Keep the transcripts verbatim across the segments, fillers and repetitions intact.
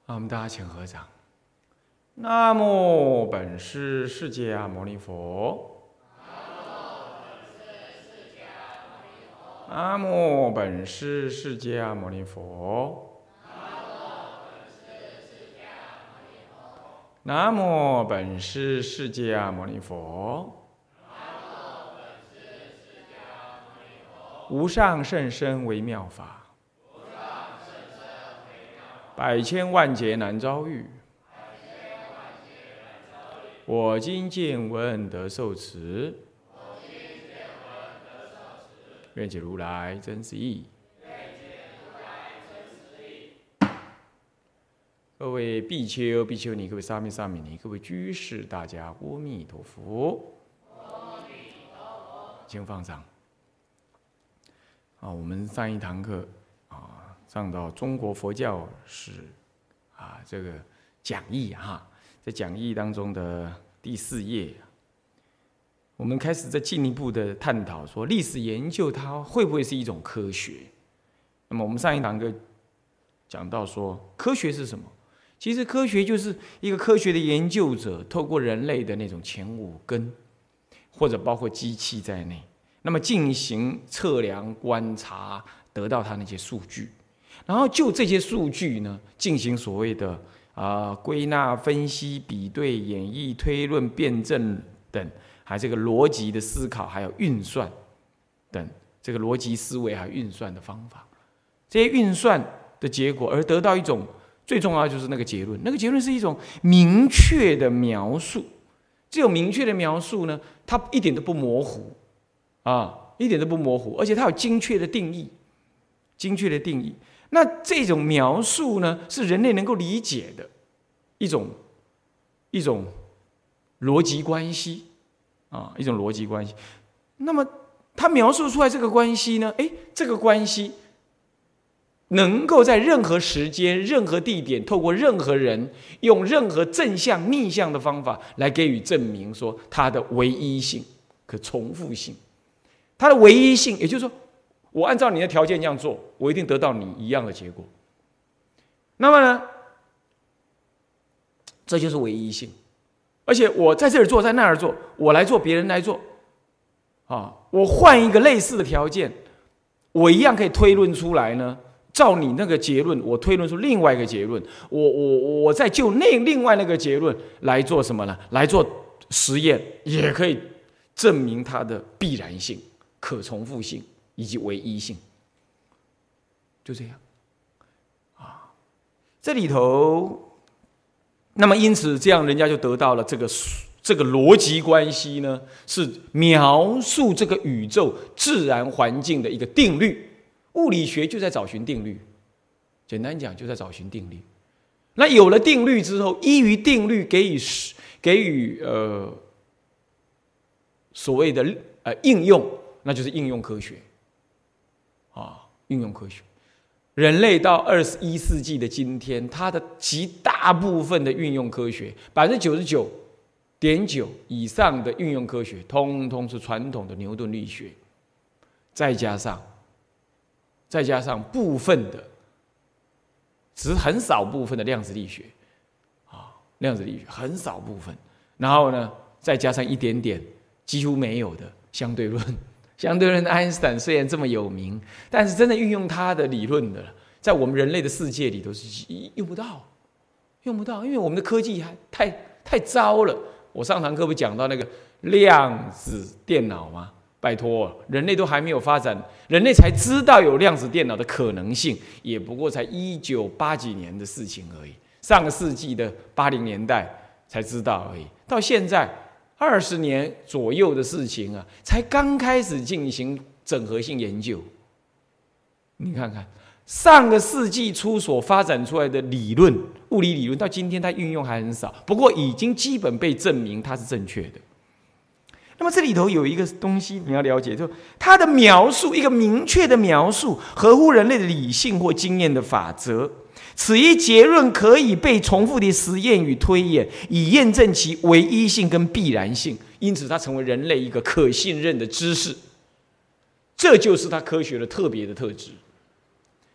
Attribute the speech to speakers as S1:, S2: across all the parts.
S1: 啊，我们大家请合掌。南无本师释迦牟尼佛。南无本师释迦牟尼佛。南无本师释迦牟尼佛。无上甚深微妙法，百千万劫难遭遇。我今见闻得受持，愿解如来真实义。各位比丘、比丘尼，各位沙弥、沙弥尼，各位居士，大家阿弥陀佛。请放掌。啊，我们上一堂课啊，上到中国佛教史啊这个讲义哈，在讲义当中的第四页，我们开始在进一步的探讨说，历史研究它会不会是一种科学？那么我们上一堂课讲到说，科学是什么？其实科学就是一个科学的研究者，透过人类的那种前五根，或者包括机器在内。那么进行测量、观察，得到它那些数据，然后就这些数据呢，进行所谓的啊、呃、归纳、分析、比对、演绎、推论、辩证等，还有这个逻辑的思考，还有运算等这个逻辑思维还有运算的方法，这些运算的结果，而得到一种最重要的就是那个结论。那个结论是一种明确的描述，这种明确的描述呢，它一点都不模糊。啊，一点都不模糊，而且它有精确的定义，精确的定义。那这种描述呢，是人类能够理解的一种一种逻辑关系啊，一种逻辑关系。那么它描述出来这个关系呢，哎，这个关系能够在任何时间、任何地点，透过任何人，用任何正向、逆向的方法来给予证明，说它的唯一性、可重复性。它的唯一性，也就是说，我按照你的条件这样做，我一定得到你一样的结果。那么呢，这就是唯一性。而且我在这儿做，在那儿做，我来做，别人来做，啊，我换一个类似的条件，我一样可以推论出来呢。照你那个结论，我推论出另外一个结论，我我我再就那另外那个结论来做什么呢？来做实验，也可以证明它的必然性、可重复性以及唯一性，就这样啊。这里头，那么因此这样，人家就得到了这个这个逻辑关系呢，是描述这个宇宙自然环境的一个定律。物理学就在找寻定律，简单讲就在找寻定律。那有了定律之后，依于定律给予给予呃所谓的呃应用。那就是应用科学，啊，应用科学。人类到二十一世纪的今天，它的极大部分的运用科学，百分之九十九点九以上的运用科学，通通是传统的牛顿力学，再加上再加上部分的，只是很少部分的量子力学，啊，量子力学很少部分，然后呢，再加上一点点几乎没有的相对论。相对论，爱因斯坦虽然这么有名，但是真的运用他的理论的，在我们人类的世界里头是用不到，用不到，因为我们的科技还太太糟了。我上堂课不讲到那个量子电脑吗？拜托，人类都还没有发展，人类才知道有量子电脑的可能性，也不过才一九八几年的事情而已，上个世纪的八零年代才知道而已，到现在。二十年左右的事情啊，才刚开始进行整合性研究。你看看，上个世纪初所发展出来的理论，物理理论，到今天它运用还很少，不过已经基本被证明它是正确的。那么这里头有一个东西你要了解，就是它的描述，一个明确的描述，合乎人类的理性或经验的法则。此一结论可以被重复的实验与推演，以验证其唯一性跟必然性，因此它成为人类一个可信任的知识。这就是它科学的特别的特质。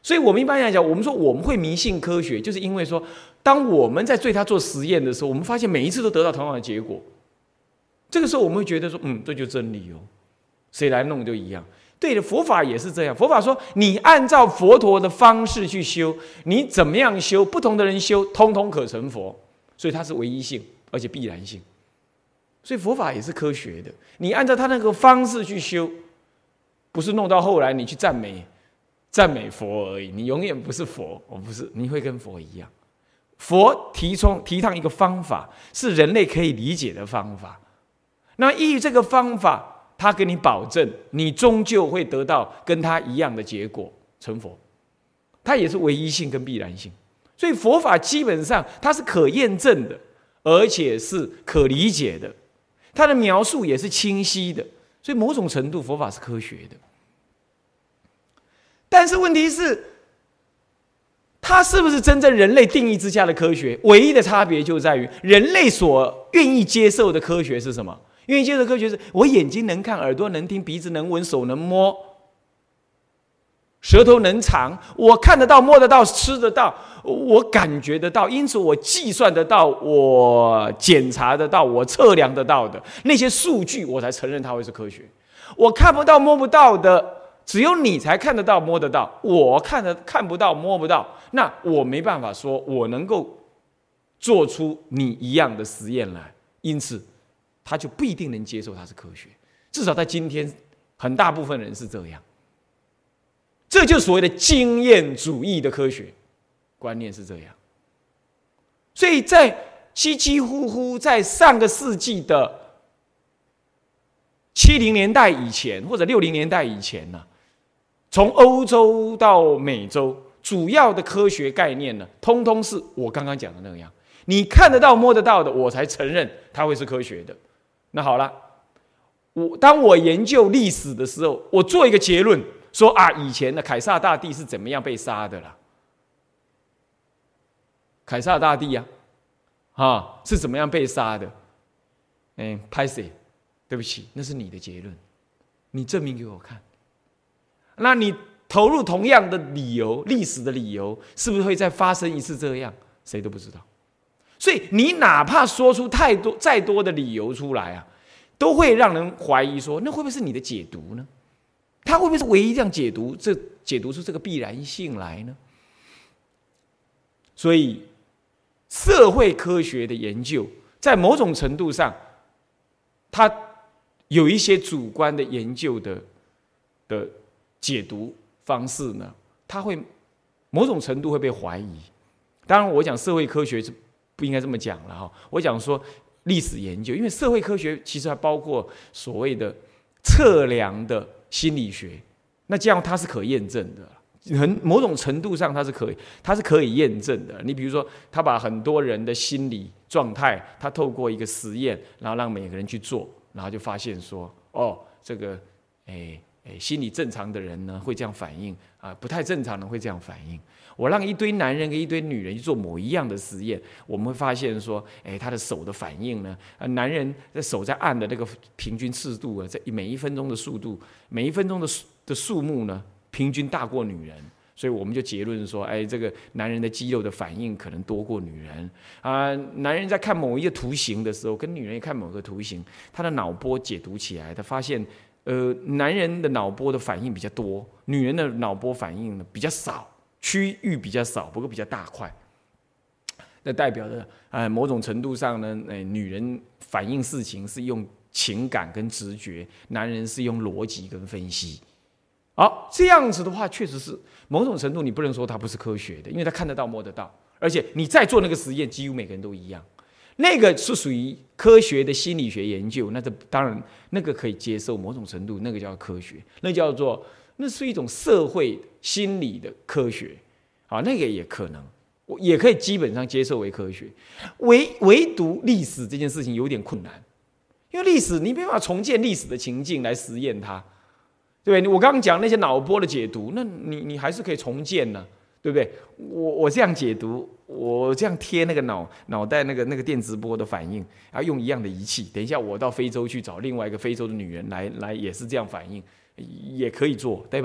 S1: 所以我们一般来讲，我们说我们会迷信科学，就是因为说，当我们在对它做实验的时候，我们发现每一次都得到同样的结果。这个时候我们会觉得说，嗯，这就真理哦，谁来弄就一样。对的，佛法也是这样。佛法说，你按照佛陀的方式去修，你怎么样修，不同的人修，通通可成佛。所以它是唯一性，而且必然性。所以佛法也是科学的，你按照他那个方式去修，不是弄到后来你去赞美赞美佛而已，你永远不是佛，我不是，你会跟佛一样。佛提倡提倡一个方法，是人类可以理解的方法。那依于这个方法，他给你保证，你终究会得到跟他一样的结果，成佛。它也是唯一性跟必然性。所以佛法基本上它是可验证的，而且是可理解的，它的描述也是清晰的。所以某种程度，佛法是科学的。但是问题是，它是不是真正人类定义之下的科学？唯一的差别就在于，人类所愿意接受的科学是什么？愿意接受科学是我眼睛能看，耳朵能听，鼻子能闻，手能摸，舌头能尝，我看得到，摸得到，吃得到，我感觉得到，因此我计算得到，我检查得到，我测量得到的那些数据，我才承认它会是科学。我看不到、摸不到的，只有你才看得到、摸得到，我看得看不到、摸不到，那我没办法说我能够做出你一样的实验来，因此他就不一定能接受它是科学。至少在今天，很大部分人是这样。这就是所谓的经验主义的科学观念是这样。所以在稀稀乎乎在上个世纪的七零年代以前，或者六零年代以前呢、啊，从欧洲到美洲，主要的科学概念呢，通通是我刚刚讲的那样。你看得到、摸得到的，我才承认它会是科学的。那好了，我当我研究历史的时候，我做一个结论，说啊，以前的凯撒大帝是怎么样被杀的啦？凯撒大帝呀、啊，啊，是怎么样被杀的？哎，拍谁？对不起，那是你的结论，你证明给我看。那你投入同样的理由，历史的理由，是不是会再发生一次这样？谁都不知道。所以你哪怕说出太多再多的理由出来啊，都会让人怀疑说，那会不会是你的解读呢？他会不会是唯一这样解读，这解读出这个必然性来呢？所以，社会科学的研究，在某种程度上，它有一些主观的研究的的解读方式呢，它会某种程度会被怀疑。当然，我讲社会科学是不应该这么讲了哈。我讲说历史研究，因为社会科学其实还包括所谓的测量的心理学，那这样它是可验证的，很某种程度上它是可以，它是可以验证的。你比如说，他把很多人的心理状态，他透过一个实验，然后让每个人去做，然后就发现说，哦，这个，哎哎，心理正常的人呢会这样反应啊，不太正常的会这样反应。我让一堆男人跟一堆女人去做某一样的实验，我们会发现说，哎，他的手的反应呢，啊，男人的手在按的那个平均次度啊，在每一分钟的速度，每一分钟的的数目呢，平均大过女人，所以我们就结论说，哎，这个男人的肌肉的反应可能多过女人啊。男人在看某一个图形的时候，跟女人看某个图形，他的脑波解读起来，他发现，呃，男人的脑波的反应比较多，女人的脑波反应呢比较少。区域比较少，不过比较大块，那代表着，呃，某种程度上呢，呃，女人反映事情是用情感跟直觉，男人是用逻辑跟分析。好，这样子的话，确实是某种程度你不能说它不是科学的，因为它看得到、摸得到，而且你再做那个实验，几乎每个人都一样。那个是属于科学的心理学研究，那这当然那个可以接受，某种程度那个叫科学，那叫做。那是一种社会心理的科学，啊，那个也可能，也可以基本上接受为科学。唯唯独历史这件事情有点困难，因为历史你没办法重建历史的情境来实验它，对不对？我刚刚讲那些脑波的解读，那你你还是可以重建呢、啊，对不对？我我这样解读，我这样贴那个脑脑袋那个那个电磁波的反应，然后用一样的仪器，等一下我到非洲去找另外一个非洲的女人来来也是这样反应。也可以做，对吧？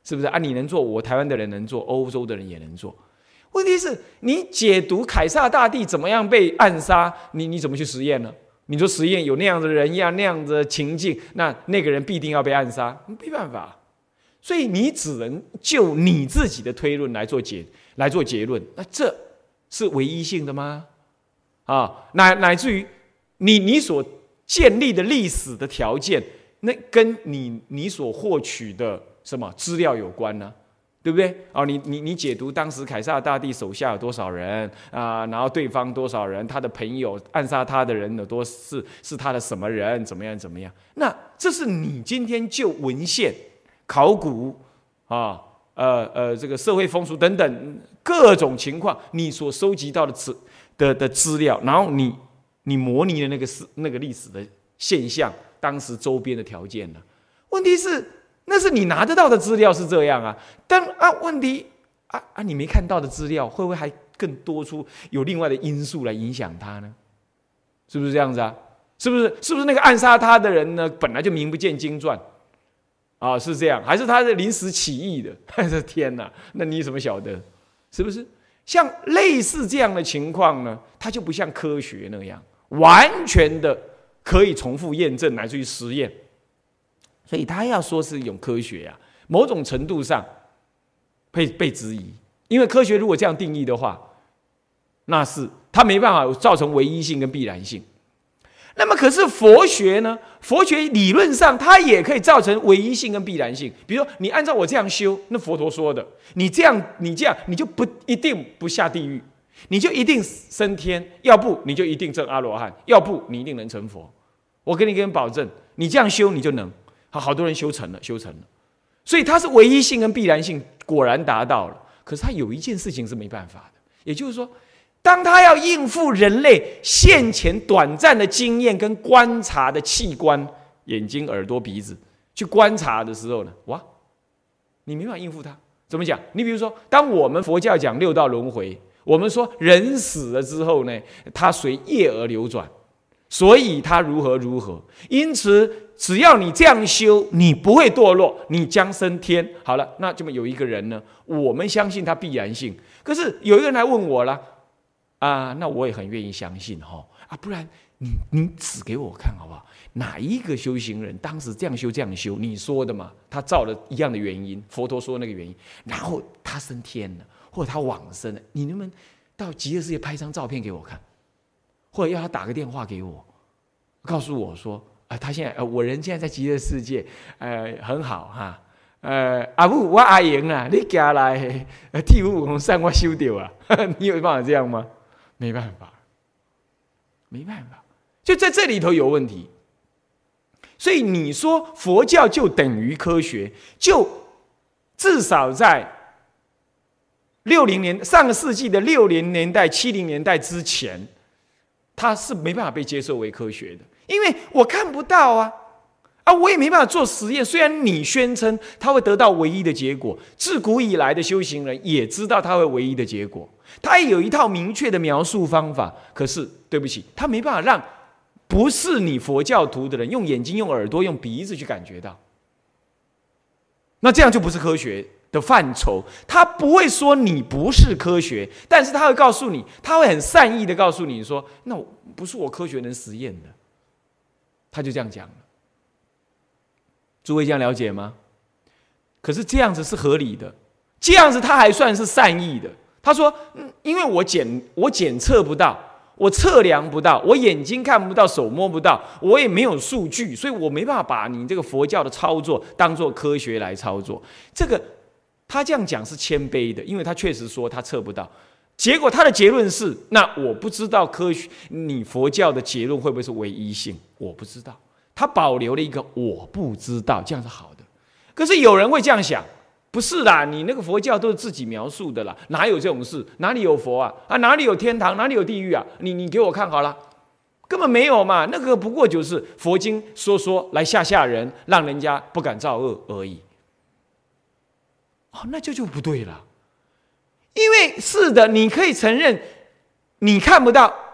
S1: 是不是啊？你能做，我台湾的人能做，欧洲的人也能做。问题是你解读凯撒大帝怎么样被暗杀，你你怎么去实验呢？你说实验有那样的人呀，那样的情境，那那个人必定要被暗杀，没办法。所以你只能就你自己的推论来做结来做结论，那这是唯一性的吗？啊，乃乃至于你你所建立的历史的条件，那跟你你所获取的什么资料有关呢？对不对？哦，你你你解读当时凯撒大帝手下有多少人啊？然后对方多少人？他的朋友暗杀他的人有多是是他的什么人？怎么样怎么样？那这是你今天就文献、考古啊、呃呃这个社会风俗等等各种情况，你所收集到的资的的资料，然后你你模拟的那个是那个历史的现象，当时周边的条件呢？问题是。那是你拿得到的资料是这样啊，但啊问题啊啊你没看到的资料，会不会还更多出有另外的因素来影响他呢？是不是这样子啊？是不是？是不是那个暗杀他的人呢，本来就名不见经传啊？是这样，还是他是临时起意的？还是天哪？那你怎么晓得？是不是？像类似这样的情况呢，它就不像科学那样完全的可以重复验证，乃至于实验。所以他要说是一种科学啊，某种程度上被被质疑，因为科学如果这样定义的话，那是它没办法造成唯一性跟必然性。那么可是佛学呢？佛学理论上它也可以造成唯一性跟必然性。比如说你按照我这样修，那佛陀说的，你这样你这样你就不一定不下地狱，你就一定升天，要不你就一定证阿罗汉，要不你一定能成佛。我跟你跟你保证，你这样修你就能。好，好多人修成了，修成了，所以它是唯一性跟必然性果然达到了。可是它有一件事情是没办法的，也就是说，当他要应付人类现前短暂的经验跟观察的器官——眼睛、耳朵、鼻子——去观察的时候呢，哇，你没办法应付它。怎么讲？你比如说，当我们佛教讲六道轮回，我们说人死了之后呢，他随业而流转，所以他如何如何，因此。只要你这样修，你不会堕落，你将升天。好了，那这么有一个人呢，我们相信他必然性。可是有一个人来问我了，啊，那我也很愿意相信哈啊，不然你你指给我看好不好？哪一个修行人当时这样修这样修？你说的嘛，他照了一样的原因，佛陀说那个原因，然后他升天了，或者他往生了，你能不能到极乐世界拍张照片给我看，或者要他打个电话给我，告诉我说。啊，他现在呃，我人现在在极乐世界，呃，很好哈。呃，阿母，我阿莹啊，你家来替我善我修掉啊，你有办法这样吗？没办法，没办法，就在这里头有问题。所以你说佛教就等于科学，就至少在六零年上个世纪的六零年代、七零年代之前，它是没办法被接受为科学的。因为我看不到啊，啊，我也没办法做实验。虽然你宣称他会得到唯一的结果，自古以来的修行人也知道他会唯一的结果，他也有一套明确的描述方法。可是对不起，他没办法让不是你佛教徒的人用眼睛、用耳朵、用鼻子去感觉到。那这样就不是科学的范畴。他不会说你不是科学，但是他会告诉你，他会很善意的告诉你说，那不是我科学能实验的。他就这样讲了，诸位这样了解吗？可是这样子是合理的，这样子他还算是善意的。他说：“嗯，因为我检我检测不到，我测量不到，我眼睛看不到，手摸不到，我也没有数据，所以我没办法把你这个佛教的操作当作科学来操作。”这个他这样讲是谦卑的，因为他确实说他测不到。结果他的结论是：那我不知道科学，你佛教的结论会不会是唯一性？我不知道。他保留了一个我不知道，这样是好的。可是有人会这样想，不是啦，你那个佛教都是自己描述的啦，哪有这种事？哪里有佛啊？啊，哪里有天堂？哪里有地狱啊？你你给我看好了，根本没有嘛。那个不过就是佛经说说来吓吓人，让人家不敢造恶而已。哦，那这就不对了。因为是的，你可以承认你看不到，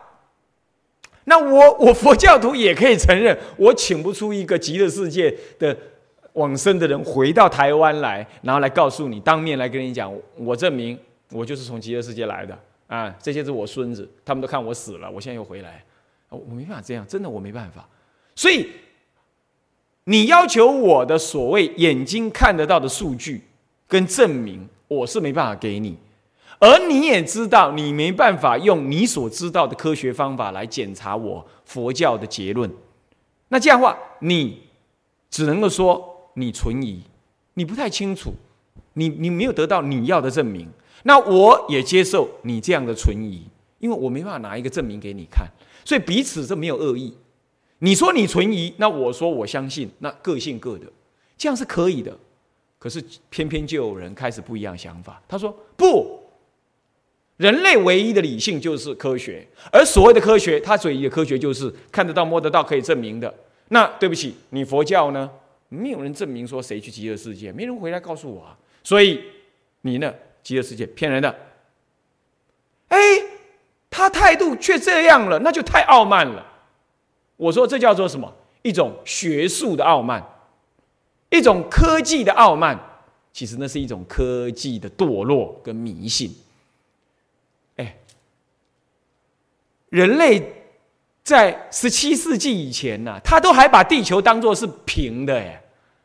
S1: 那我我佛教徒也可以承认，我请不出一个极乐世界的往生的人回到台湾来，然后来告诉你，当面来跟你讲，我证明我就是从极乐世界来的啊，这些是我孙子，他们都看我死了，我现在又回来，我没办法这样，真的我没办法。所以你要求我的所谓眼睛看得到的数据跟证明，我是没办法给你，而你也知道，你没办法用你所知道的科学方法来检查我佛教的结论。那这样的话，你只能够说你存疑，你不太清楚，你你没有得到你要的证明。那我也接受你这样的存疑，因为我没办法拿一个证明给你看，所以彼此是没有恶意。你说你存疑，那我说我相信，那各信各的，这样是可以的。可是偏偏就有人开始不一样的想法，他说不，人类唯一的理性就是科学，而所谓的科学，他所谓的科学就是看得到、摸得到、可以证明的。那对不起，你佛教呢？没有人证明说谁去极乐世界，没人回来告诉我啊。所以你呢，极乐世界骗人的。哎，他态度却这样了，那就太傲慢了。我说这叫做什么？一种学术的傲慢，一种科技的傲慢。其实那是一种科技的堕落跟迷信。哎，人类在十七世纪以前呢、啊，他都还把地球当作是平的，哎，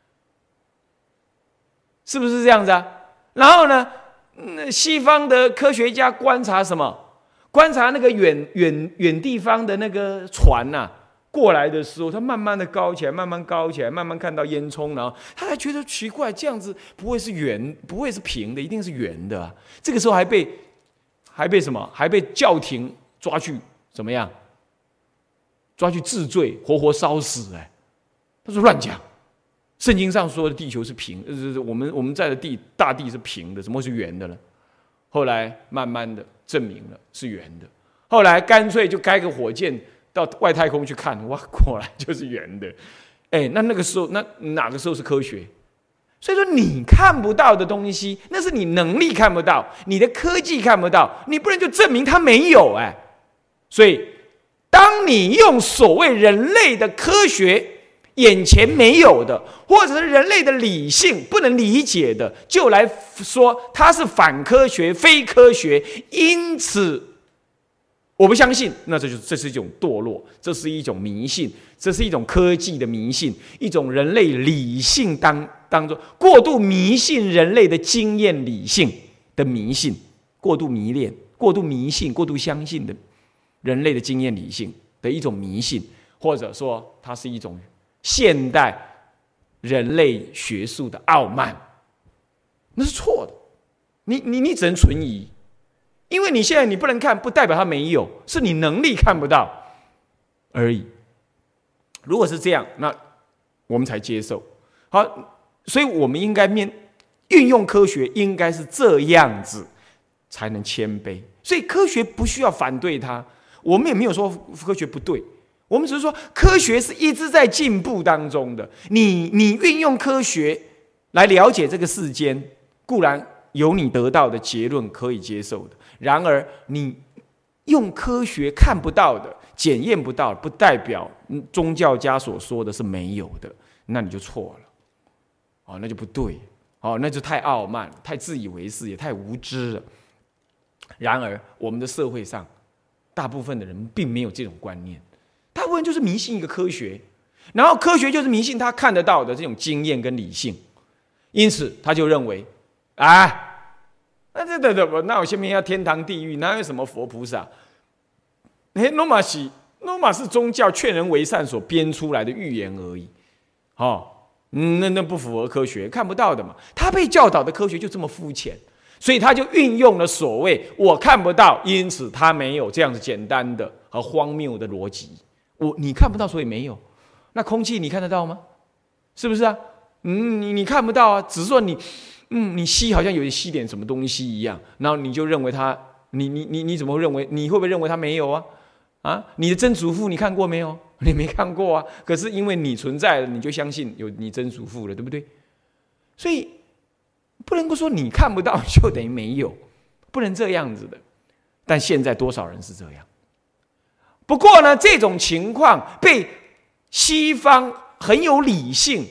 S1: 是不是这样子啊？然后呢，西方的科学家观察什么？观察那个远远远地方的那个船呐、啊，过来的时候，它慢慢的高起来，慢慢高起来，慢慢看到烟囱，然后他还觉得奇怪，这样子不会是圆，不会是平的，一定是圆的、啊。这个时候还被还被什么？还被教廷抓去怎么样？抓去治罪，活活烧死！哎，他说乱讲。圣经上说的地球是平，呃，我们我们在的地大地是平的，怎么会是圆的呢？后来慢慢的证明了是圆的。后来干脆就开个火箭到外太空去看，哇，果然就是圆的。哎，那那个时候，那哪个时候是科学？所以说，你看不到的东西，那是你能力看不到，你的科技看不到，你不能就证明它没有。哎，所以。当你用所谓人类的科学眼前没有的，或者是人类的理性不能理解的，就来说它是反科学、非科学，因此我不相信，那这就是这是一种堕落，这是一种迷信，这是一种科技的迷信，一种人类理性当当中过度迷信人类的经验理性的迷信，过度迷恋、过度迷信、过度相信的。人类的经验理性的一种迷信，或者说它是一种现代人类学术的傲慢，那是错的。你你你只能存疑，因为你现在你不能看，不代表它没有，是你能力看不到而已。如果是这样，那我们才接受。好，所以我们应该面运用科学，应该是这样子才能谦卑。所以科学不需要反对它。我们也没有说科学不对，我们只是说科学是一直在进步当中的。你你运用科学来了解这个世间，固然有你得到的结论可以接受的，然而你用科学看不到的、检验不到，不代表宗教家所说的是没有的，那你就错了，哦，那就不对，哦，那就太傲慢、太自以为是，也太无知了。然而，我们的社会上，大部分的人并没有这种观念，大部分就是迷信一个科学，然后科学就是迷信他看得到的这种经验跟理性，因此他就认为，啊，那这这这，那我下面要天堂地狱，哪有什么佛菩萨？哎，罗马是罗马是宗教劝人为善所编出来的预言而已，哦，嗯，那那不符合科学，看不到的嘛。他被教导的科学就这么肤浅。所以他就运用了所谓我看不到，因此他没有这样子简单的和荒谬的逻辑。我你看不到，所以没有。那空气你看得到吗？是不是啊？嗯，你你看不到啊，只是说你，嗯，你吸好像有吸点什么东西一样，然后你就认为它，你你你你怎么会认为？你会不会认为它没有啊？啊，你的曾祖父你看过没有？你没看过啊。可是因为你存在了，你就相信有你曾祖父了，对不对？所以。不能够说你看不到就等于没有，不能这样子的。但现在多少人是这样？不过呢，这种情况被西方很有理性，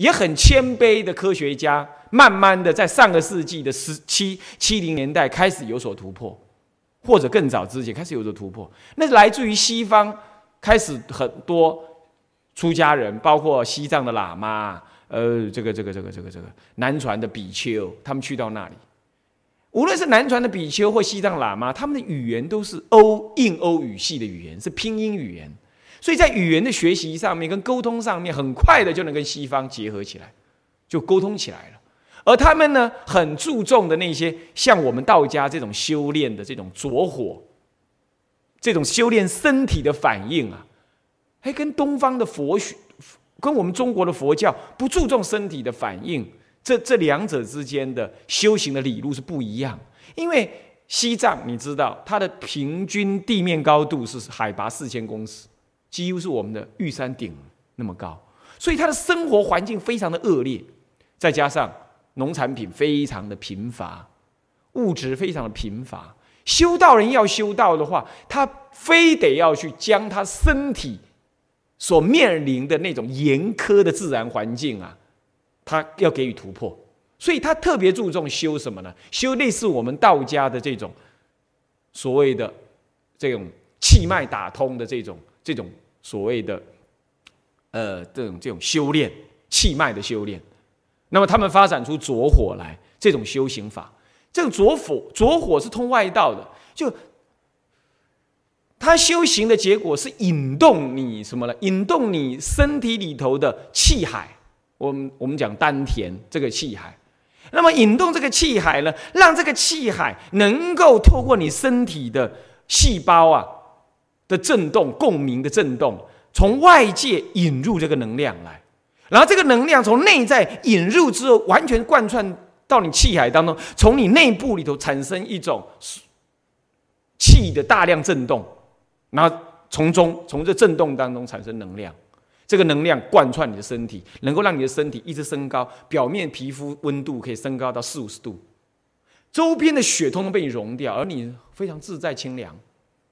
S1: 也很谦卑的科学家，慢慢的在上个世纪的十七七零年代开始有所突破，或者更早之前开始有所突破。那来自于西方，开始很多出家人，包括西藏的喇嘛，呃，这个这个这个这个这个南传的比丘，他们去到那里。无论是南传的比丘或西藏喇嘛，他们的语言都是欧印欧语系的语言，是拼音语言，所以在语言的学习上面跟沟通上面，很快的就能跟西方结合起来，就沟通起来了。而他们呢，很注重的那些像我们道家这种修炼的这种着火，这种修炼身体的反应啊，还跟东方的佛学，跟我们中国的佛教不注重身体的反应。这这两者之间的修行的理路是不一样，因为西藏你知道，它的平均地面高度是海拔四千公尺，几乎是我们的玉山顶那么高，所以它的生活环境非常的恶劣，再加上农产品非常的贫乏，物质非常的贫乏。修道人要修道的话，他非得要去将他身体所面临的那种严苛的自然环境啊，他要给予突破，所以他特别注重修什么呢？修类似我们道家的这种所谓的这种气脉打通的这种这种所谓的呃这种这种修炼，气脉的修炼。那么他们发展出着火来这种修行法，这种着火着火是通外道的，就他修行的结果是引动你什么呢？引动你身体里头的气海。我们我们讲丹田这个气海，那么引动这个气海呢，让这个气海能够透过你身体的细胞啊的震动、共鸣的震动，从外界引入这个能量来，然后这个能量从内在引入之后，完全贯穿到你气海当中，从你内部里头产生一种气的大量震动，然后从中从这震动当中产生能量。这个能量贯穿你的身体，能够让你的身体一直升高，表面皮肤温度可以升高到四五十度，周边的血通通被你溶掉，而你非常自在清凉。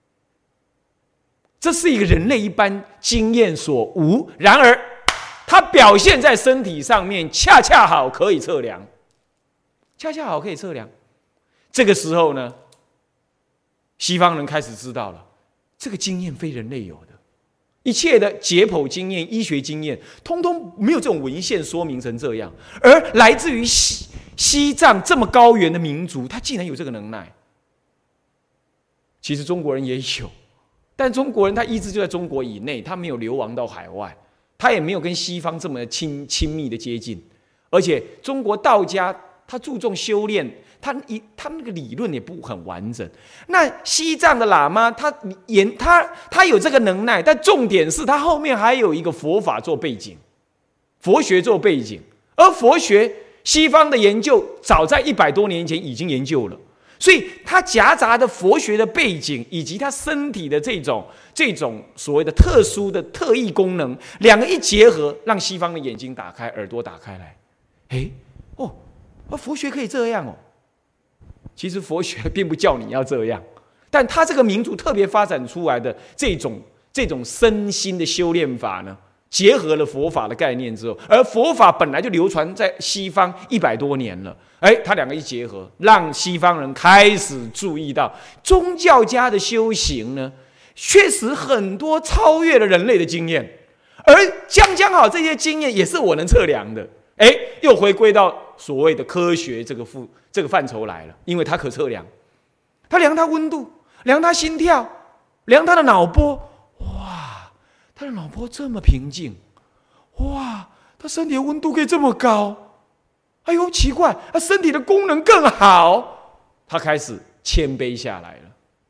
S1: 这是一个人类一般经验所无，然而它表现在身体上面，恰恰好可以测量，恰恰好可以测量。这个时候呢，西方人开始知道了，这个经验非人类有的。一切的解剖经验、医学经验，通通没有这种文献说明成这样。而来自于西西藏这么高原的民族，他竟然有这个能耐。其实中国人也有，但中国人他一直就在中国以内，他没有流亡到海外，他也没有跟西方这么亲亲密的接近。而且中国道家他注重修炼。他一他那个理论也不很完整。那西藏的喇嘛，他研他他有这个能耐，但重点是他后面还有一个佛法做背景，佛学做背景。而佛学西方的研究早在一百多年前已经研究了，所以他夹杂的佛学的背景以及他身体的这种这种所谓的特殊的特异功能，两个一结合，让西方的眼睛打开，耳朵打开来。哎，哦，佛学可以这样哦。其实佛学并不叫你要这样，但他这个民族特别发展出来的这种这种身心的修炼法呢，结合了佛法的概念之后，而佛法本来就流传在西方一百多年了，哎，他两个一结合，让西方人开始注意到宗教家的修行呢，确实很多超越了人类的经验，而将将好这些经验也是我能测量的，哎，又回归到所谓的科学这个副这个范畴来了，因为它可测量，它量它温度，量它心跳，量它的脑波，哇，他的脑波这么平静，哇，他身体的温度可以这么高，哎呦，奇怪，他身体的功能更好，他开始谦卑下来了。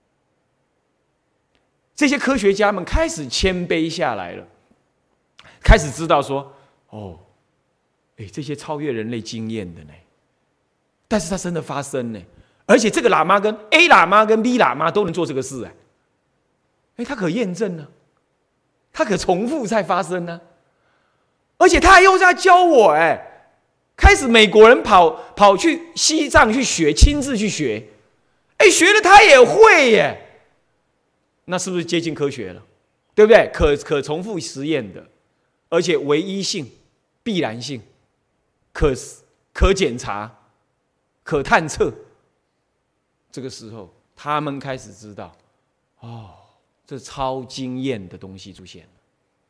S1: 这些科学家们开始谦卑下来了，开始知道说，哦，哎，这些超越人类经验的呢。但是它真的发生呢，而且这个喇嘛跟 A 喇嘛跟 B 喇嘛都能做这个事哎，哎，它可验证呢，它可重复再发生呢，而且他还又在教我哎，开始美国人跑跑去西藏去学，亲自去学，哎，学了他也会耶，那是不是接近科学了？对不对？可可重复实验的，而且唯一性， 必然性，可可检查、可探测。这个时候，他们开始知道，哦，这超经验的东西出现了。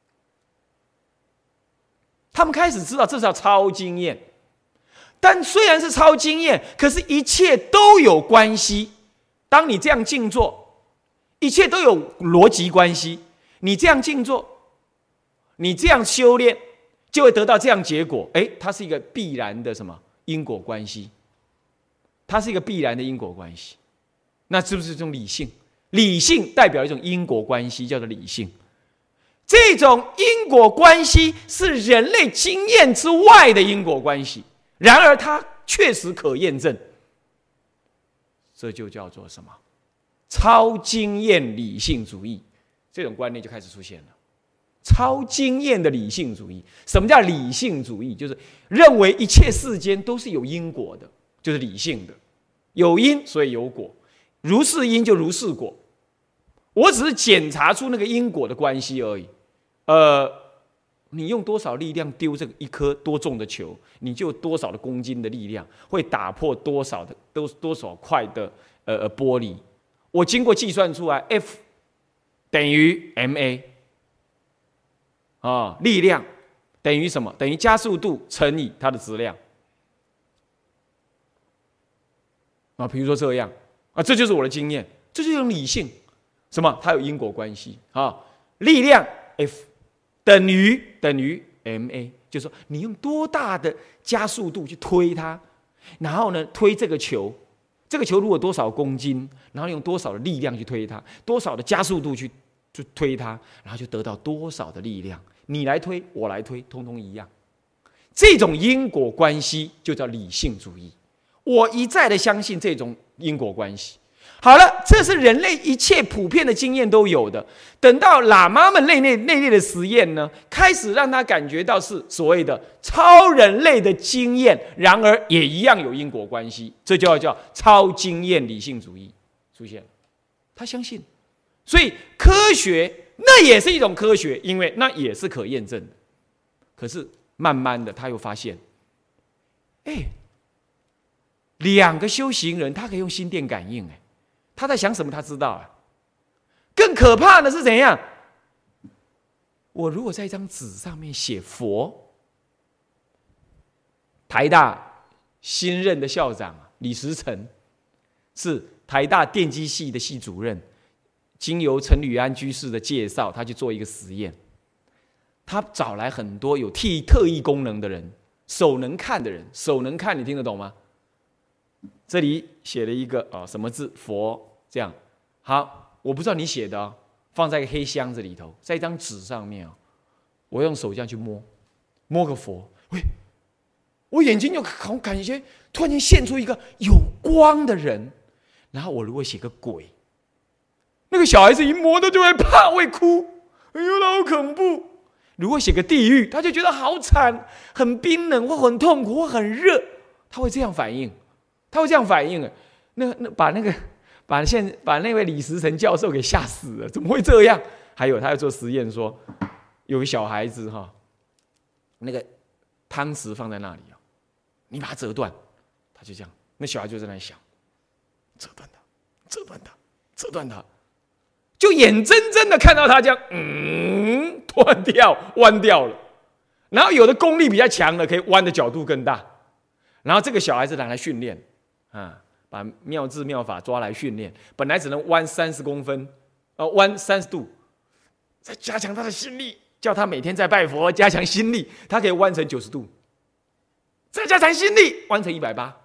S1: 他们开始知道这叫超经验，但虽然是超经验，可是一切都有关系。当你这样静坐，一切都有逻辑关系。你这样静坐，你这样修炼，就会得到这样结果。哎，它是一个必然的什么因果关系？它是一个必然的因果关系。那是不是这种理性？理性代表一种因果关系，叫做理性。这种因果关系是人类经验之外的因果关系，然而它确实可验证。这就叫做什么？超经验理性主义，这种观念就开始出现了。超经验的理性主义，什么叫理性主义？就是认为一切世间都是有因果的，就是理性的，有因所以有果，如是因就如是果。我只是检查出那个因果的关系而已。呃，你用多少力量丢这个一颗多重的球，你就有多少的公斤的力量，会打破多少的多多少块的呃玻璃。我经过计算出来 ，F 等于 ma 啊，力量等于什么？等于加速度乘以它的质量啊。比如说这样啊，这就是我的经验，这就是一种理性。什么？它有因果关系啊，力量 F。等于等于 ma， 就是说你用多大的加速度去推它，然后呢推这个球，这个球如果多少公斤，然后用多少的力量去推它，多少的加速度去去推它，然后就得到多少的力量。你来推，我来推，通通一样。这种因果关系就叫理性主义。我一再的相信这种因果关系。好了，这是人类一切普遍的经验都有的。等到喇嘛们内内内内的实验呢，开始让他感觉到是所谓的超人类的经验，然而也一样有因果关系，这就要叫超经验理性主义出现了。他相信，所以科学那也是一种科学，因为那也是可验证的。可是慢慢的，他又发现，哎，两个修行人他可以用心电感应，哎。他在想什么？他知道啊。更可怕的是怎样？我如果在一张纸上面写佛，台大新任的校长李时成是台大电机系的系主任，经由陈履安居士的介绍，他去做一个实验。他找来很多有替特异功能的人，手能看的人，手能看，你听得懂吗？这里写了一个啊、哦、什么字？佛。这样好，我不知道你写的、哦，放在一个黑箱子里头，在一张纸上面、哦、我用手这样去摸，摸个佛，喂，我眼睛就好感觉突然间现出一个有光的人，然后我如果写个鬼，那个小孩子一摸他就会怕，会哭，哎呦，好恐怖。如果写个地狱，他就觉得好惨，很冰冷或很痛苦或很热，他会这样反应，他会这样反应。那那把那个。把现把那位李时成教授给吓死了，怎么会这样？还有，他要做实验说，有个小孩子哈，那个汤匙放在那里啊，你把它折断，他就这样，那小孩就在那里想，折断它，折断它，折断它，就眼睁睁的看到他这样，嗯，断掉，弯掉了。然后有的功力比较强的，可以弯的角度更大。然后这个小孩子拿来训练啊。把妙智妙法抓来训练，本来只能弯三十公分，呃，弯三十度，再加强他的心力，叫他每天在拜佛，加强心力，他可以弯成九十度，再加强心力，弯成一百八。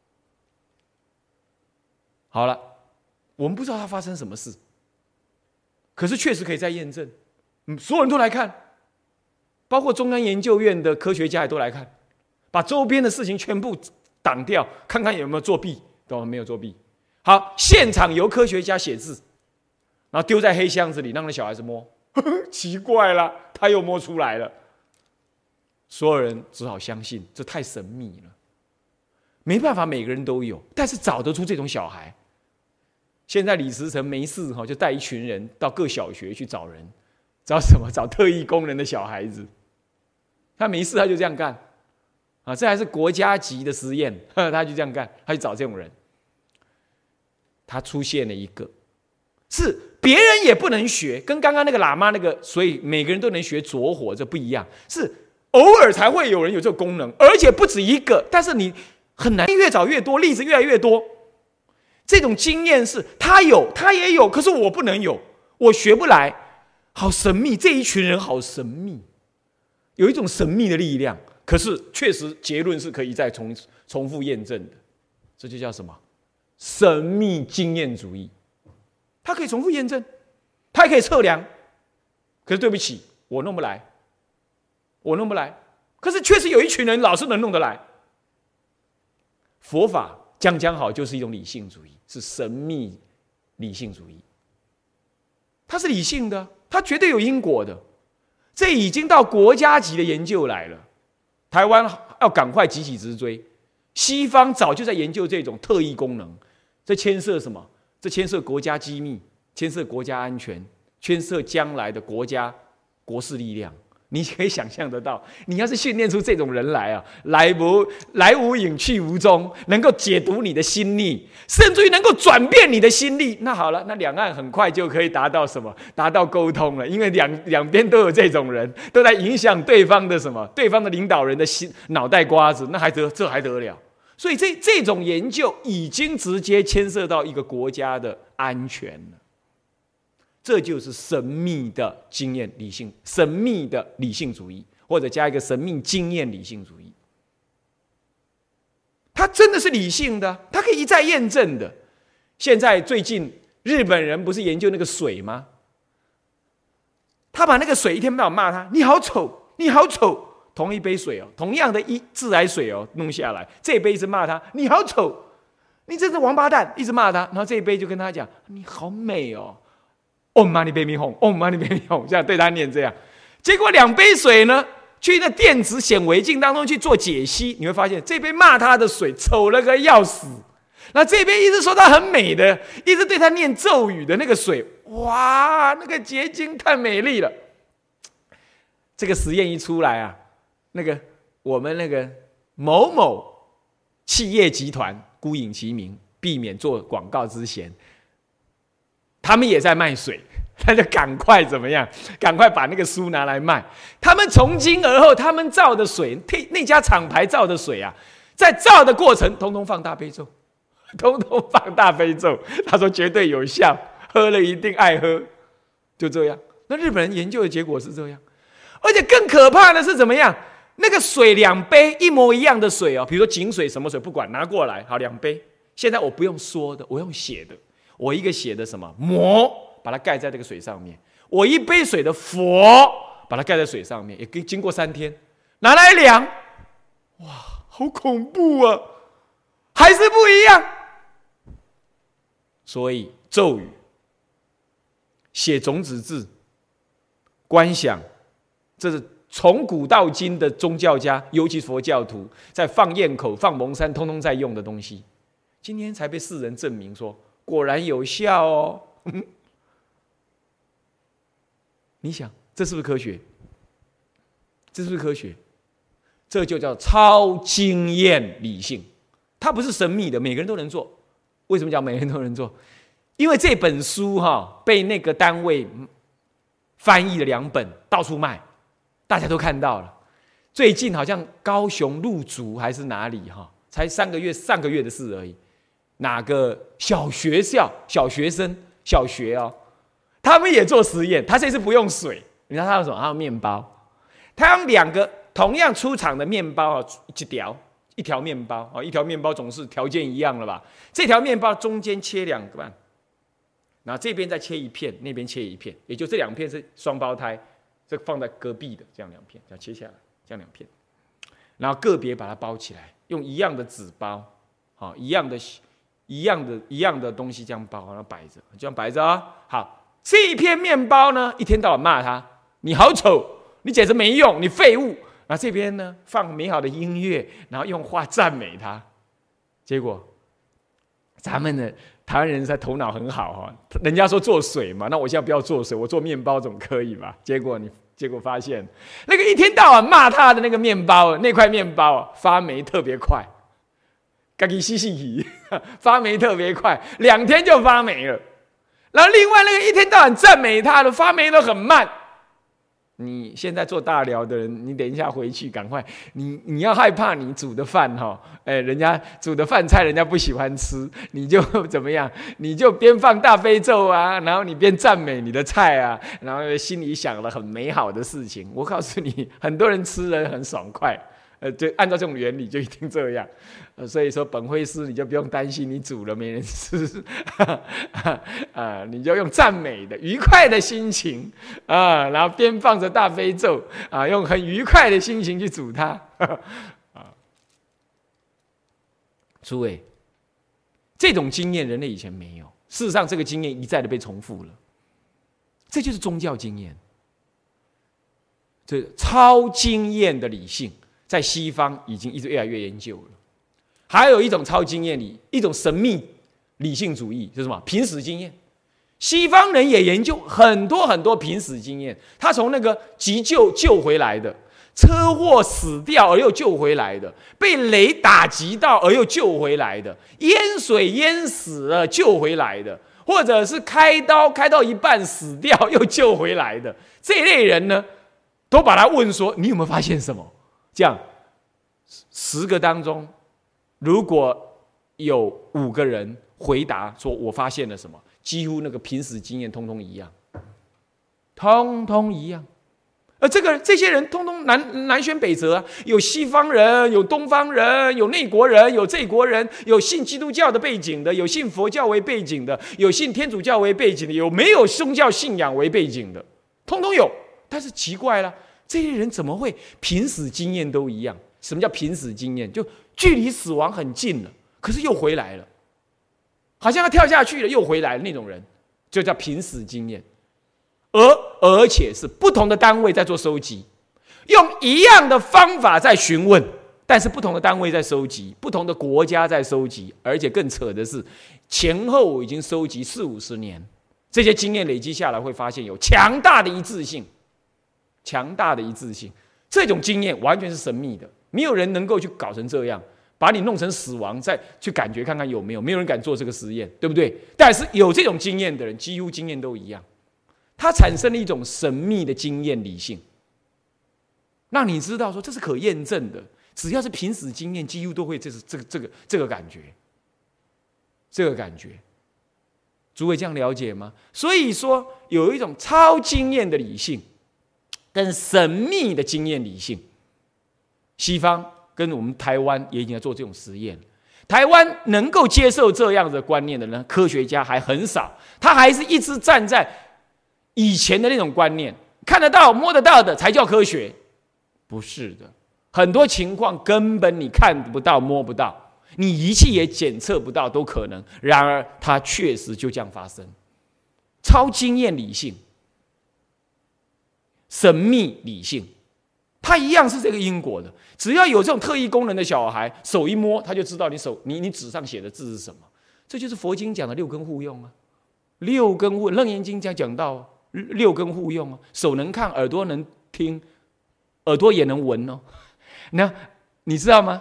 S1: 好了，我们不知道他发生什么事，可是确实可以再验证，嗯，所有人都来看，包括中央研究院的科学家也都来看，把周边的事情全部挡掉，看看有没有作弊。都没有作弊。好，现场由科学家写字，然后丢在黑箱子里，让那小孩子摸。呵呵，奇怪了，他又摸出来了。所有人只好相信，这太神秘了，没办法，每个人都有，但是找得出这种小孩。现在李时成没事哈，就带一群人到各小学去找人，找什么？找特异功能的小孩子。 他没事他就这样干，啊，这还是国家级的实验，他就这样干，他去找这种人。他出现了一个，是别人也不能学，跟刚刚那个喇嘛那个，所以每个人都能学着火，这不一样，是偶尔才会有人有这个功能，而且不止一个，但是你很难，越找越多，例子越来越多。这种经验是他有，他也有，可是我不能有，我学不来，好神秘。这一群人好神秘，有一种神秘的力量，可是确实结论是可以再重重复验证的，这就叫什么？神秘经验主义。它可以重复验证，它也可以测量，可是对不起，我弄不来，我弄不来。可是确实有一群人老是能弄得来。佛法讲讲好就是一种理性主义，是神秘理性主义，它是理性的，它绝对有因果的，这已经到国家级的研究来了。台湾要赶快急起直追，西方早就在研究这种特异功能，这牵涉什么？这牵涉国家机密，牵涉国家安全，牵涉将来的国家国势力量。你可以想象得到，你要是训练出这种人来啊，来无来无影去无踪，能够解读你的心力，甚至于能够转变你的心力，那好了，那两岸很快就可以达到什么？达到沟通了，因为两两边都有这种人，都在影响对方的什么？对方的领导人的心脑袋瓜子，那还得这还得了？所以这这种研究已经直接牵涉到一个国家的安全了。这就是神秘的经验理性，神秘的理性主义，或者加一个神秘经验理性主义。它真的是理性的，它可以一再验证的。现在最近日本人不是研究那个水吗？他把那个水一天到晚骂他，你好丑，你好丑。同一杯水哦，同样的一自来水哦，弄下来，这杯一直骂他，你好丑，你真是王八蛋，一直骂他，然后这一杯就跟他讲，你好美哦。哦妈，你被迷哄，哦妈，你被迷哄，这样对他念这样，结果两杯水呢，去那电子显微镜当中去做解析，你会发现这杯骂他的水丑了个要死，那这杯一直说他很美的，一直对他念咒语的那个水，哇，那个结晶太美丽了。这个实验一出来啊，那个我们那个某某企业集团孤影其名，避免做广告之嫌。他们也在卖水，他就赶快怎么样？赶快把那个书拿来卖。他们从今而后，他们造的水，那家厂牌造的水啊，在造的过程，通通放大悲咒，通通放大悲咒。他说绝对有效，喝了一定爱喝，就这样。那日本人研究的结果是这样，而且更可怕的是怎么样？那个水两杯一模一样的水哦，比如说井水什么水，不管拿过来，好两杯。现在我不用说的，我用写的。我一个写的什么魔，把它盖在这个水上面；我一杯水的佛，把它盖在水上面。也经过三天，拿来量，哇，好恐怖啊！还是不一样。所以咒语、写种子字、观想，这是从古到今的宗教家，尤其佛教徒，在放焰口、放蒙山，通通在用的东西，今天才被世人证明说。果然有效哦！你想，这是不是科学？这是不是科学？这就叫超经验理性，它不是神秘的，每个人都能做。为什么讲每个人都能做？因为这本书哈、哦、被那个单位翻译了两本，到处卖，大家都看到了。最近好像高雄鹿竹还是哪里哈、哦，才三个月，上个月的事而已。哪个小学校、小学生、小学哦，他们也做实验。他这次不用水，你知道他用什么？他用面包。他用两个同样出厂的面包啊，一条一条面包啊，一条面包总是条件一样了吧？这条面包中间切两个半，然后这边再切一片，那边切一片，也就这两片是双胞胎，这放在隔壁的这样两片，这样切下来，这样两片，然后个别把它包起来，用一样的纸包，好，一样的。一样的一样的东西这样包，然后摆着，这样摆着啊、哦。好，这一片面包呢，一天到晚骂他，你好丑，你简直没用，你废物。然后这边呢，放美好的音乐，然后用话赞美他。结果，咱们的台湾人在头脑很好哈，人家说做水嘛，那我现在不要做水，我做面包总可以吧？结果你结果发现那个一天到晚骂他的那个面包，那块面包发霉特别快，自己洗洗洗，发霉特别快，两天就发霉了。然后另外那个一天到晚赞美他的，发霉的很慢。你现在做大寮的人，你等一下回去赶快，你你要害怕你煮的饭哈，哎，人家煮的饭菜人家不喜欢吃，你就怎么样？你就边放大悲咒啊，然后你边赞美你的菜啊，然后心里想了很美好的事情。我告诉你，很多人吃人很爽快，呃，就按照这种原理就一定这样。呃，所以说本会师你就不用担心你煮了没人吃，啊，你就用赞美的愉快的心情啊，然后边放着大悲咒啊，用很愉快的心情去煮它啊。诸位，这种经验人类以前没有，事实上这个经验一再的被重复了，这就是宗教经验，这超经验的理性在西方已经一直越来越研究了。还有一种超经验理，一种神秘理性主义，就是什么？濒死经验。西方人也研究很多很多濒死经验，他从那个急救救回来的，车祸死掉而又救回来的，被雷打击到而又救回来的，淹水淹死了救回来的，或者是开刀开到一半死掉又救回来的，这一类人呢，都把他问说：“你有没有发现什么？”这样，十个当中，如果有五个人回答说我发现了什么，几乎那个濒死经验通通一样，通通一样。而这个这些人通通南南辕北辙啊，有西方人，有东方人，有内国人，有这国人，有信基督教的背景的，有信佛教为背景的，有信天主教为背景的，有没有宗教信仰为背景的，通通有。但是奇怪了，这些人怎么会濒死经验都一样？什么叫濒死经验？就距离死亡很近了，可是又回来了，好像要跳下去了又回来了那种人，就叫濒死经验。而而且是不同的单位在做收集，用一样的方法在询问，但是不同的单位在收集，不同的国家在收集，而且更扯的是，前后已经收集四五十年，这些经验累积下来，会发现有强大的一致性，强大的一致性。这种经验完全是神秘的，没有人能够去搞成这样，把你弄成死亡，再去感觉看看有没有，没有人敢做这个实验，对不对？但是有这种经验的人，几乎经验都一样。它产生了一种神秘的经验理性，让你知道说这是可验证的。只要是濒死经验，几乎都会这是这个这个这个感觉，这个感觉，诸位这样了解吗？所以说有一种超经验的理性，跟神秘的经验理性。西方跟我们台湾也已经在做这种实验。台湾能够接受这样的观念的人，科学家还很少，他还是一直站在以前的那种观念，看得到摸得到的才叫科学。不是的，很多情况根本你看不到摸不到，你仪器也检测不到都可能，然而它确实就这样发生。超经验理性，神秘理性，它一样是这个因果的。只要有这种特异功能的小孩，手一摸他就知道你手你你纸上写的字是什么。这就是佛经讲的六根互用啊，六根互，楞严经讲讲到六根互用哦，手能看，耳朵能听，耳朵也能闻哦。那你知道吗？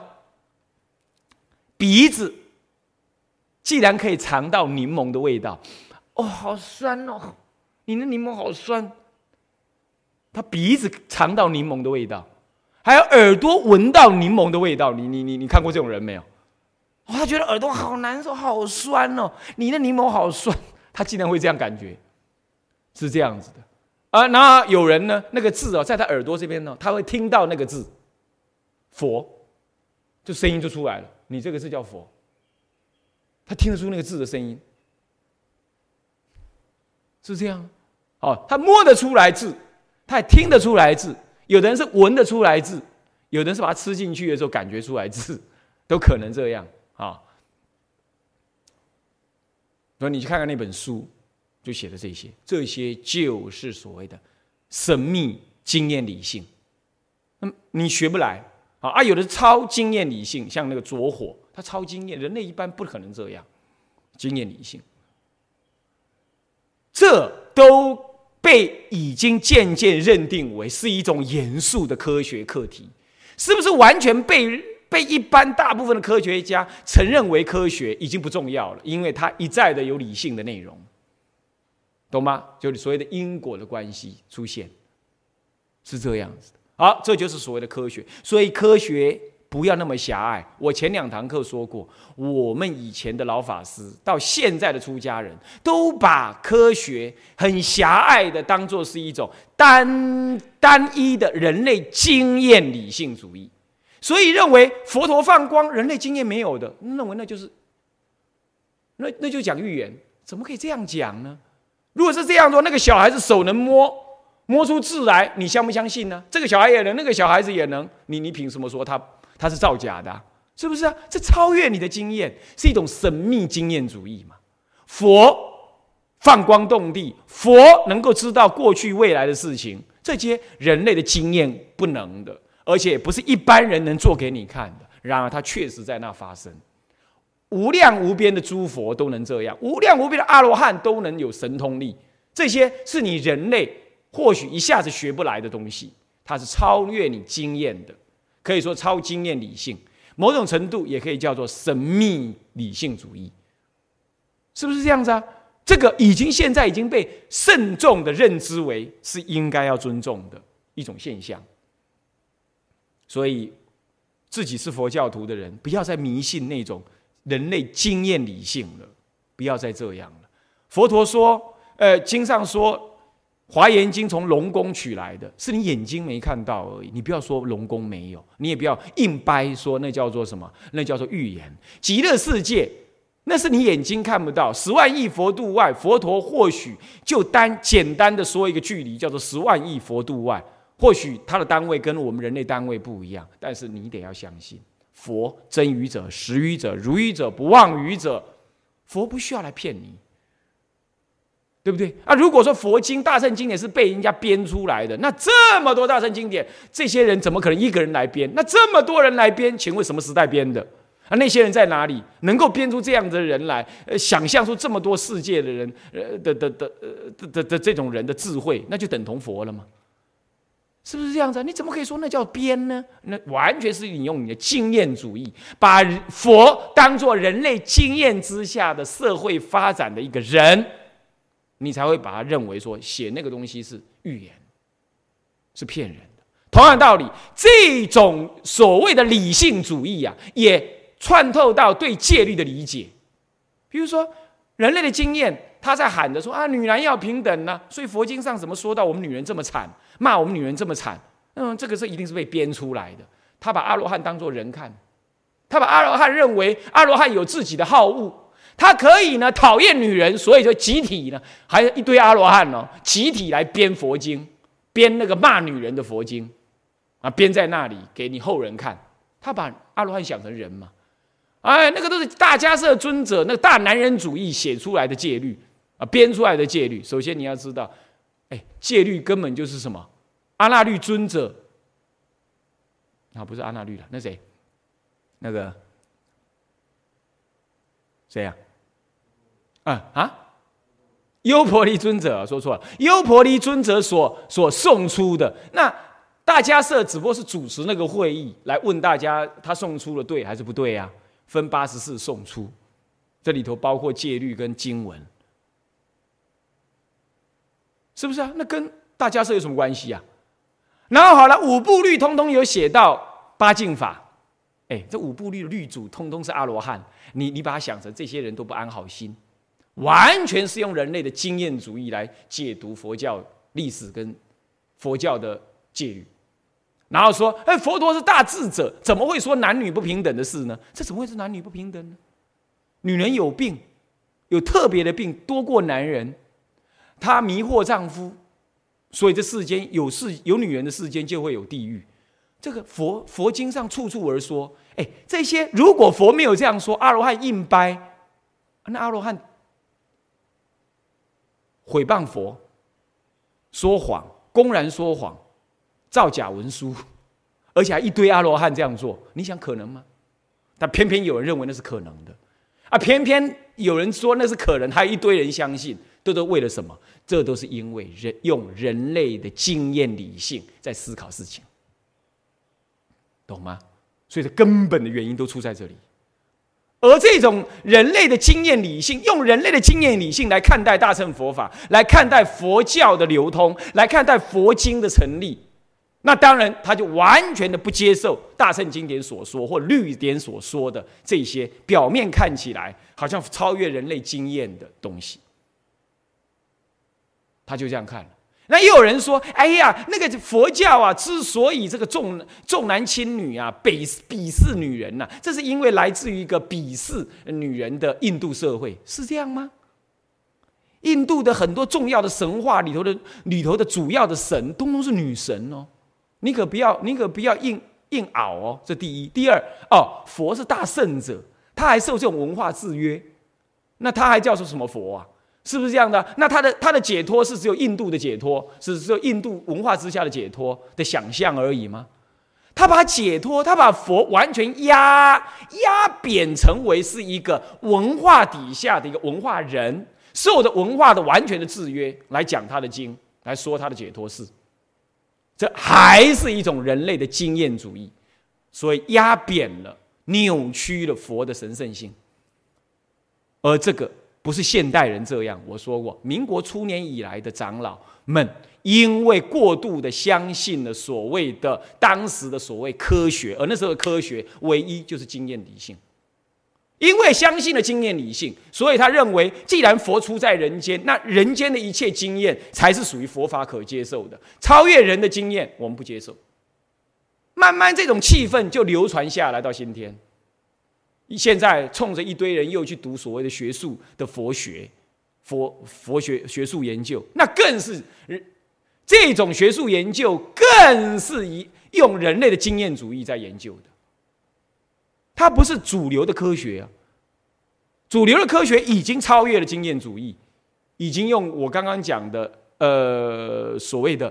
S1: 鼻子既然可以尝到柠檬的味道，哦，好酸哦，你的柠檬好酸。他鼻子尝到柠檬的味道，还有耳朵闻到柠檬的味道。你你你你看过这种人没有？哦，他觉得耳朵好难受，好酸哦，你的柠檬好酸，他竟然会这样感觉。是这样子的啊，然后有人呢，那个字哦，在他耳朵这边呢，他会听到那个字，佛，就声音就出来了。你这个字叫佛，他听得出那个字的声音，是这样。哦，他摸得出来字，他也听得出来字。有的人是闻得出来字，有的人是把它吃进去的时候感觉出来字，都可能这样啊。所以你去看看那本书。就写的这些，这些就是所谓的神秘经验理性。那么你学不来啊？啊，有的超经验理性，像那个着火，它超经验，人类一般不可能这样。经验理性，这都
S2: 被已经渐渐认定为是一种严肃的科学课题，是不是完全被被一般大部分的科学家承认为科学已经不重要了？因为它一再的有理性的内容，懂吗？就是所谓的因果的关系出现，是这样子的。好，这就是所谓的科学。所以科学不要那么狭隘。我前两堂课说过，我们以前的老法师到现在的出家人都把科学很狭隘的当作是一种单单一的人类经验理性主义，所以认为佛陀放光人类经验没有的，认为那就是那那就讲预言。怎么可以这样讲呢？如果是这样做，那个小孩子手能摸摸出字来，你相不相信呢？这个小孩也能，那个小孩子也能，你你凭什么说他他是造假的、啊？是不是啊？这超越你的经验，是一种神秘经验主义嘛？佛放光动地，佛能够知道过去未来的事情，这些人类的经验不能的，而且不是一般人能做给你看的。然而，它确实在那发生。无量无边的诸佛都能这样，无量无边的阿罗汉都能有神通力，这些是你人类或许一下子学不来的东西，它是超越你经验的，可以说超经验理性，某种程度也可以叫做神秘理性主义，是不是这样子啊？这个已经现在已经被慎重的认知为是应该要尊重的一种现象。所以自己是佛教徒的人，不要再迷信那种人类经验理性了，不要再这样了。佛陀说，呃，经上说，《华严经》从龙宫取来的，是你眼睛没看到而已。你不要说龙宫没有，你也不要硬掰说那叫做什么，那叫做预言。极乐世界，那是你眼睛看不到。十万亿佛度外，佛陀或许就单简单的说一个距离，叫做十万亿佛度外。或许它的单位跟我们人类单位不一样，但是你得要相信。佛真语者、实语者、如语者、不妄语者，佛不需要来骗你，对不对啊？如果说佛经、大乘经典是被人家编出来的，那这么多大乘经典，这些人怎么可能一个人来编？那这么多人来编，请问什么时代编的？啊，那些人在哪里？能够编出这样的人来，呃，想象出这么多世界的人，呃的的的的的的这种人的智慧，那就等同佛了吗？是不是这样子、啊？你怎么可以说那叫编呢？那完全是你用你的经验主义，把佛当作人类经验之下的社会发展的一个人，你才会把它认为说写那个东西是预言，是骗人的。同样道理，这种所谓的理性主义啊，也穿透到对戒律的理解。比如说，人类的经验。他在喊着说啊，女男要平等呢、啊，所以佛经上怎么说到我们女人这么惨，骂我们女人这么惨？嗯，这个是一定是被编出来的。他把阿罗汉当作人看，他把阿罗汉认为阿罗汉有自己的好恶，他可以呢讨厌女人，所以就集体呢还有一堆阿罗汉哦，集体来编佛经，编那个骂女人的佛经啊，编在那里给你后人看。他把阿罗汉想成人嘛？哎，那个都是大迦叶尊者那个大男人主义写出来的戒律。啊，编出来的戒律，首先你要知道，哎，戒律根本就是什么？阿那律尊者啊，不是阿那律了，那谁？那个谁呀、啊？啊啊，优婆离尊者、啊、说错了，优婆离尊者所所送出的。那大迦叶只不过是主持那个会议，来问大家他送出了对还是不对啊？分八十四送出，这里头包括戒律跟经文。是不是啊？那跟大迦叶有什么关系啊？然后好了，五部律通通有写到八敬法，哎，这五部律的律主通通是阿罗汉，你你把它想成这些人都不安好心，完全是用人类的经验主义来解读佛教历史跟佛教的戒律，然后说，哎，佛陀是大智者，怎么会说男女不平等的事呢？这怎么会是男女不平等呢？女人有病，有特别的病多过男人。她迷惑丈夫，所以这世间有世有女人的世间就会有地狱。这个佛佛经上处处而说，哎，这些如果佛没有这样说，阿罗汉硬掰，那阿罗汉毁谤佛、说谎、公然说谎、造假文书，而且还一堆阿罗汉这样做，你想可能吗？但偏偏有人认为那是可能的，啊，偏偏有人说那是可能，还有一堆人相信。 这都为了什么？这都是因为人用人类的经验理性在思考事情，懂吗？所以根本的原因都出在这里。而这种人类的经验理性，用人类的经验理性来看待大乘佛法，来看待佛教的流通，来看待佛经的成立，那当然他就完全的不接受大乘经典所说或律典所说的这些表面看起来好像超越人类经验的东西，他就这样看了。那又有人说，哎呀，那个佛教啊，之所以这个重重男轻女啊，鄙鄙视女人呐、啊，这是因为来自于一个鄙视女人的印度社会，是这样吗？印度的很多重要的神话里头的里头的主要的神，通通是女神哦，你可不要，你可不要硬硬拗哦，这第一。第二，哦，佛是大圣者，他还受这种文化制约，那他还叫做什么佛啊？是不是这样的？那他的他的解脱是只有印度的解脱，是只有印度文化之下的解脱的想象而已吗？他把解脱，他把佛完全压压扁，成为是一个文化底下的一个文化人，受的文化的完全的制约来讲他的经，来说他的解脱是，这还是一种人类的经验主义，所以压扁了、扭曲了佛的神圣性，而这个。不是现代人这样，我说过，民国初年以来的长老们，因为过度的相信了所谓的当时的所谓科学，而那时候的科学唯一就是经验理性。因为相信了经验理性，所以他认为，既然佛出在人间，那人间的一切经验才是属于佛法可接受的，超越人的经验我们不接受。慢慢这种气氛就流传下来到今天。现在冲着一堆人又去读所谓的学术的佛学、佛佛学学术研究，那更是这种学术研究，更是以用人类的经验主义在研究的。它不是主流的科学啊，主流的科学已经超越了经验主义，已经用我刚刚讲的呃所谓的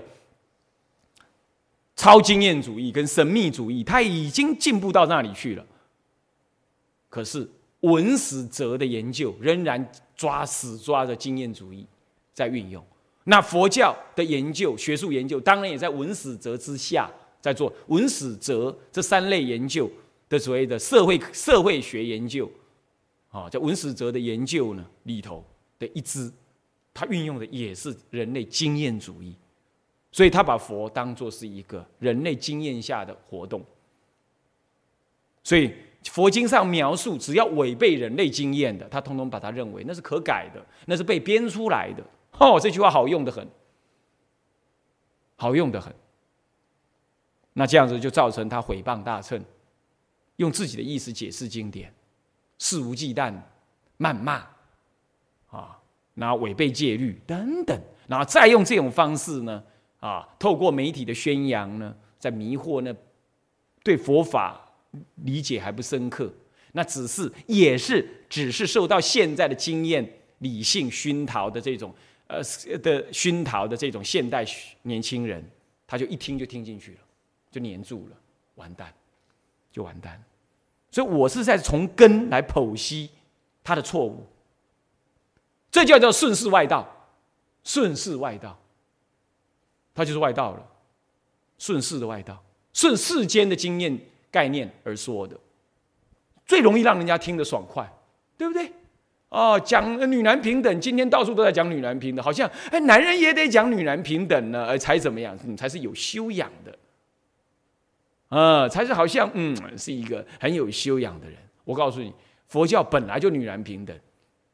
S2: 超经验主义跟神秘主义，它已经进步到那里去了。可是文史哲的研究仍然抓死抓着经验主义在运用，那佛教的研究、学术研究当然也在文史哲之下在做。文史哲这三类研究的所谓的社会社会学研究，啊，在文史哲的研究呢里头的一支，它运用的也是人类经验主义，所以他把佛当作是一个人类经验下的活动，所以。佛经上描述，只要违背人类经验的，他通通把它认为那是可改的，那是被编出来的。哦，这句话好用得很，好用得很。那这样子就造成他毁谤大乘，用自己的意思解释经典，肆无忌惮、谩骂啊，然后违背戒律等等，然后再用这种方式呢，啊，透过媒体的宣扬呢，在迷惑呢，对佛法。理解还不深刻，那只是也是只是受到现在的经验理性熏陶的这种呃的熏陶的这种现代年轻人，他就一听就听进去了，就黏住了，完蛋，就完蛋。所以我是在从根来剖析他的错误，这就叫做顺势外道，顺势外道，他就是外道了，顺势的外道，顺世间的经验。概念而说的，最容易让人家听得爽快，对不对？哦，讲女男平等，今天到处都在讲女男平等，好像哎，男人也得讲女男平等呢，才怎么样？你才是有修养的，啊、呃，才是好像嗯，是一个很有修养的人。我告诉你，佛教本来就女男平等，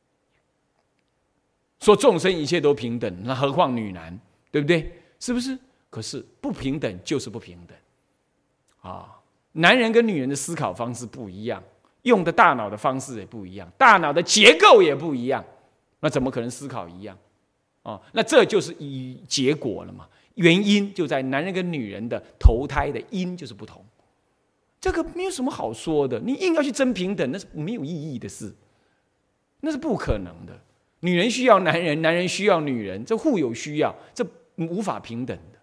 S2: 说众生一切都平等，那何况女男，对不对？是不是？可是不平等就是不平等，啊。男人跟女人的思考方式不一样，用的大脑的方式也不一样，大脑的结构也不一样，那怎么可能思考一样？哦，那这就是以结果了嘛？原因就在男人跟女人的投胎的因就是不同，这个没有什么好说的。你硬要去争平等，那是没有意义的事，那是不可能的。女人需要男人，男人需要女人，这互有需要，这无法平等的。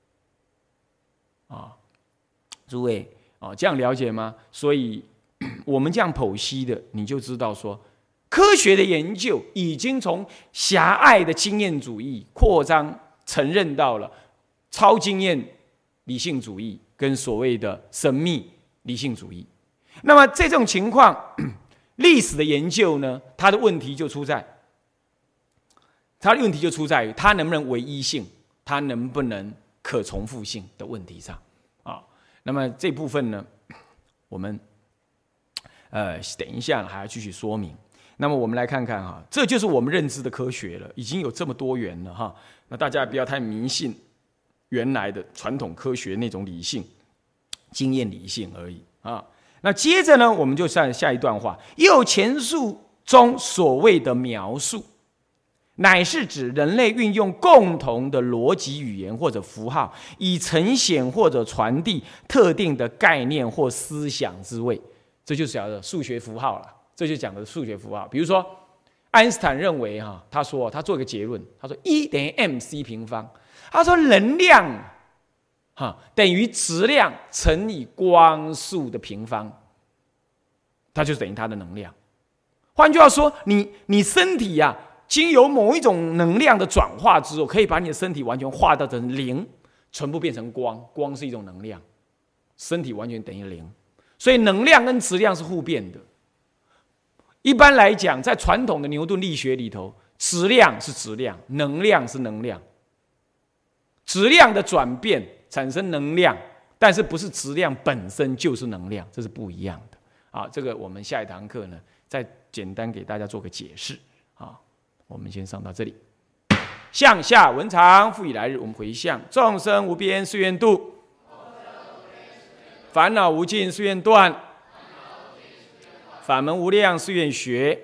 S2: 啊，诸位。哦，这样了解吗？所以我们这样剖析的，你就知道说， 科学的研究已经从狭隘的经验主义扩张，承认到了超经验理性主义跟所谓的神秘理性主义。那么这种情况，历史的研究呢，它的问题就出在，它的问题就出在于它能不能唯一性，它能不能可重复性的问题上啊。那么这部分呢，我们呃等一下还要继续说明。那么我们来看看哈，这就是我们认知的科学了，已经有这么多元了哈。那大家不要太迷信原来的传统科学那种理性、经验理性而已啊。那接着呢，我们就看下一段话，又前述中所谓的描述，乃是指人类运用共同的逻辑语言或者符号，以呈现或者传递特定的概念或思想之谓。这就是讲的数学符号了。这就讲的数学符号，比如说，爱因斯坦认为哈，他说他做一个结论，他说 E 等于 mc 平方，他说能量哈等于质量乘以光速的平方，它就等于它的能量。换句话说，你你身体呀、啊，经由某一种能量的转化之后，可以把你的身体完全化到成零，全部变成光，光是一种能量，身体完全等于零，所以能量跟质量是互变的。一般来讲，在传统的牛顿力学里头，质量是质量，能量是能量。质量的转变产生能量，但是不是质量本身就是能量，这是不一样的。啊，这个我们下一堂课呢，再简单给大家做个解释。啊，我们先上到这里。向下文长，复以来日，我们回向众生无边誓愿度，烦恼无尽誓愿断。法门无量誓愿学，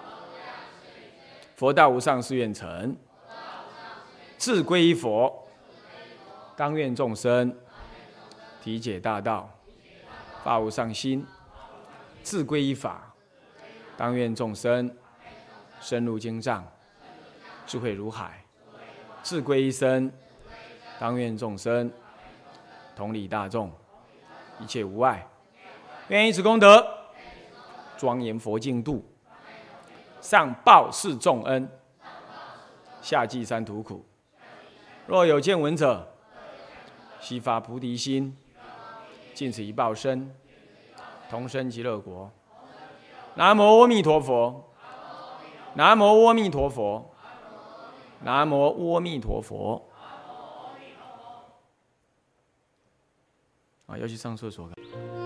S2: 佛道无上誓愿成。志归佛，当愿众生体解大道，发无上心；志归依法，当愿众生深入经藏，智慧如海；志归一生，当愿众生同理大众，一切无碍。愿以此功德，庄严佛净土，上报四重恩，下济三途苦。若有见闻者，悉发菩提心，尽此一报身，同生极乐国。南无阿弥陀佛，南无阿弥陀佛，南无阿弥陀佛。啊，要去上厕所。